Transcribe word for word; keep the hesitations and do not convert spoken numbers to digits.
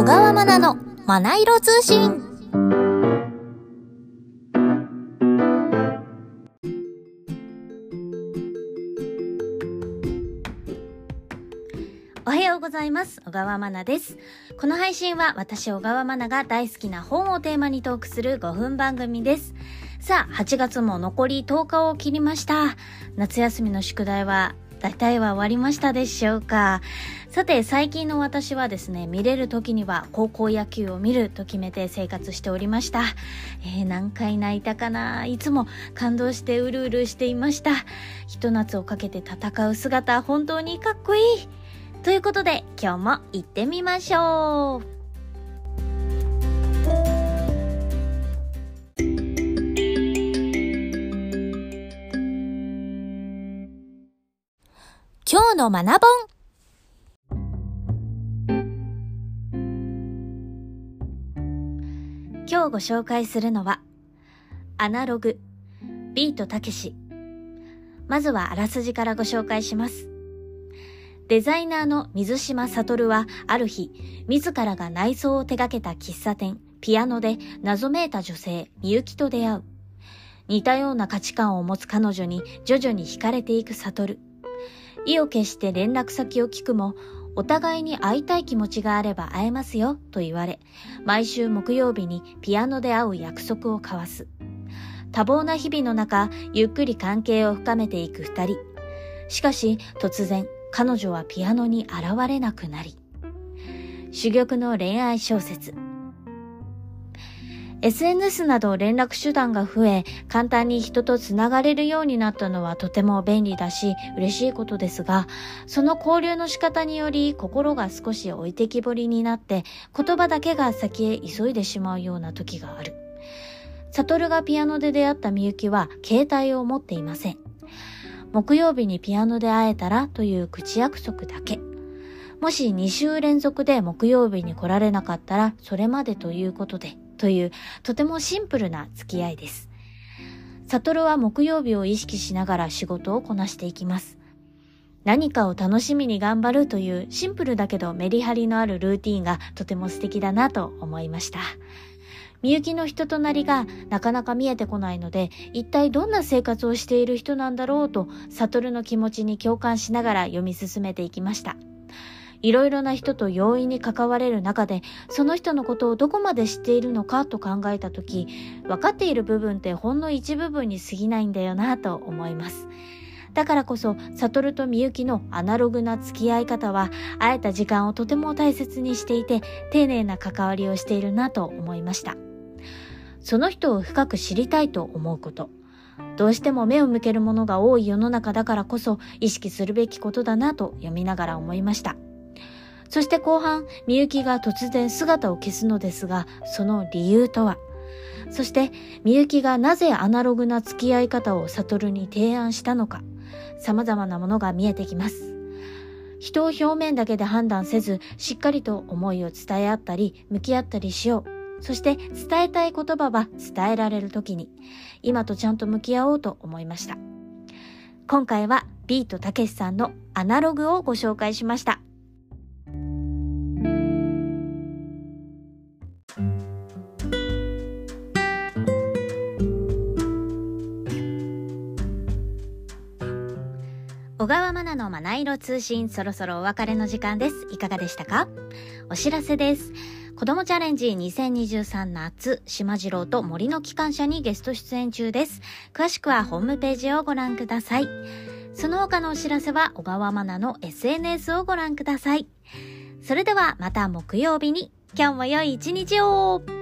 川まなのまな色通信。おはようございます。小川まなです。この配信は私小川まなが大好きな本をテーマにトークするごふん番組です。さあ、はちがつも残りとおかを切りました。夏休みの宿題は大体は終わりましたでしょうか。さて、最近の私はですね、見れる時には高校野球を見ると決めて生活しておりました。えー、何回泣いたかな。いつも感動してうるうるしていました。ひと夏をかけて戦う姿、本当にかっこいい。ということで、今日も行ってみましょう。今日の学ぼん。今日ご紹介するのはアナログ、ビートたけし。まずはあらすじからご紹介します。デザイナーの水島悟はある日、自らが内装を手掛けた喫茶店、ピアノで謎めいた女性、みゆきと出会う。似たような価値観を持つ彼女に徐々に惹かれていく悟。意を決して連絡先を聞くも、お互いに会いたい気持ちがあれば会えますよと言われ、毎週木曜日にピアノで会う約束を交わす。多忙な日々の中、ゆっくり関係を深めていく二人。しかし突然、彼女はピアノに現れなくなり。珠玉の恋愛小説。エスエヌエス など連絡手段が増え、簡単に人とつながれるようになったのはとても便利だし、嬉しいことですが、その交流の仕方により心が少し置いてきぼりになって、言葉だけが先へ急いでしまうような時がある。悟がピアノで出会ったみゆきは携帯を持っていません。木曜日にピアノで会えたらという口約束だけ。もしに週連続で木曜日に来られなかったらそれまでということで、というとてもシンプルな付き合いです。悟は木曜日を意識しながら仕事をこなしていきます。何かを楽しみに頑張るというシンプルだけどメリハリのあるルーティーンがとても素敵だなと思いました。みゆきの人となりがなかなか見えてこないので、一体どんな生活をしている人なんだろうと、悟の気持ちに共感しながら読み進めていきました。いろいろな人と容易に関われる中で、その人のことをどこまで知っているのかと考えたとき、分かっている部分ってほんの一部分に過ぎないんだよなと思います。だからこそ、悟とみゆきのアナログな付き合い方は、会えた時間をとても大切にしていて、丁寧な関わりをしているなと思いました。その人を深く知りたいと思うこと。どうしても目を向けるものが多い世の中だからこそ、意識するべきことだなと読みながら思いました。そして後半、みゆきが突然姿を消すのですが、その理由とは。そして、みゆきがなぜアナログな付き合い方を悟に提案したのか、様々なものが見えてきます。人を表面だけで判断せず、しっかりと思いを伝え合ったり、向き合ったりしよう。そして伝えたい言葉は伝えられるときに、今とちゃんと向き合おうと思いました。今回はビートたけしさんのアナログをご紹介しました。小川まなのまな色通信、そろそろお別れの時間です。いかがでしたか？お知らせです。子供チャレンジにせんにじゅうさん夏、島次郎と森の機関車にゲスト出演中です。詳しくはホームページをご覧ください。その他のお知らせは小川まなの エスエヌエス をご覧ください。それではまた木曜日に、今日も良い一日を。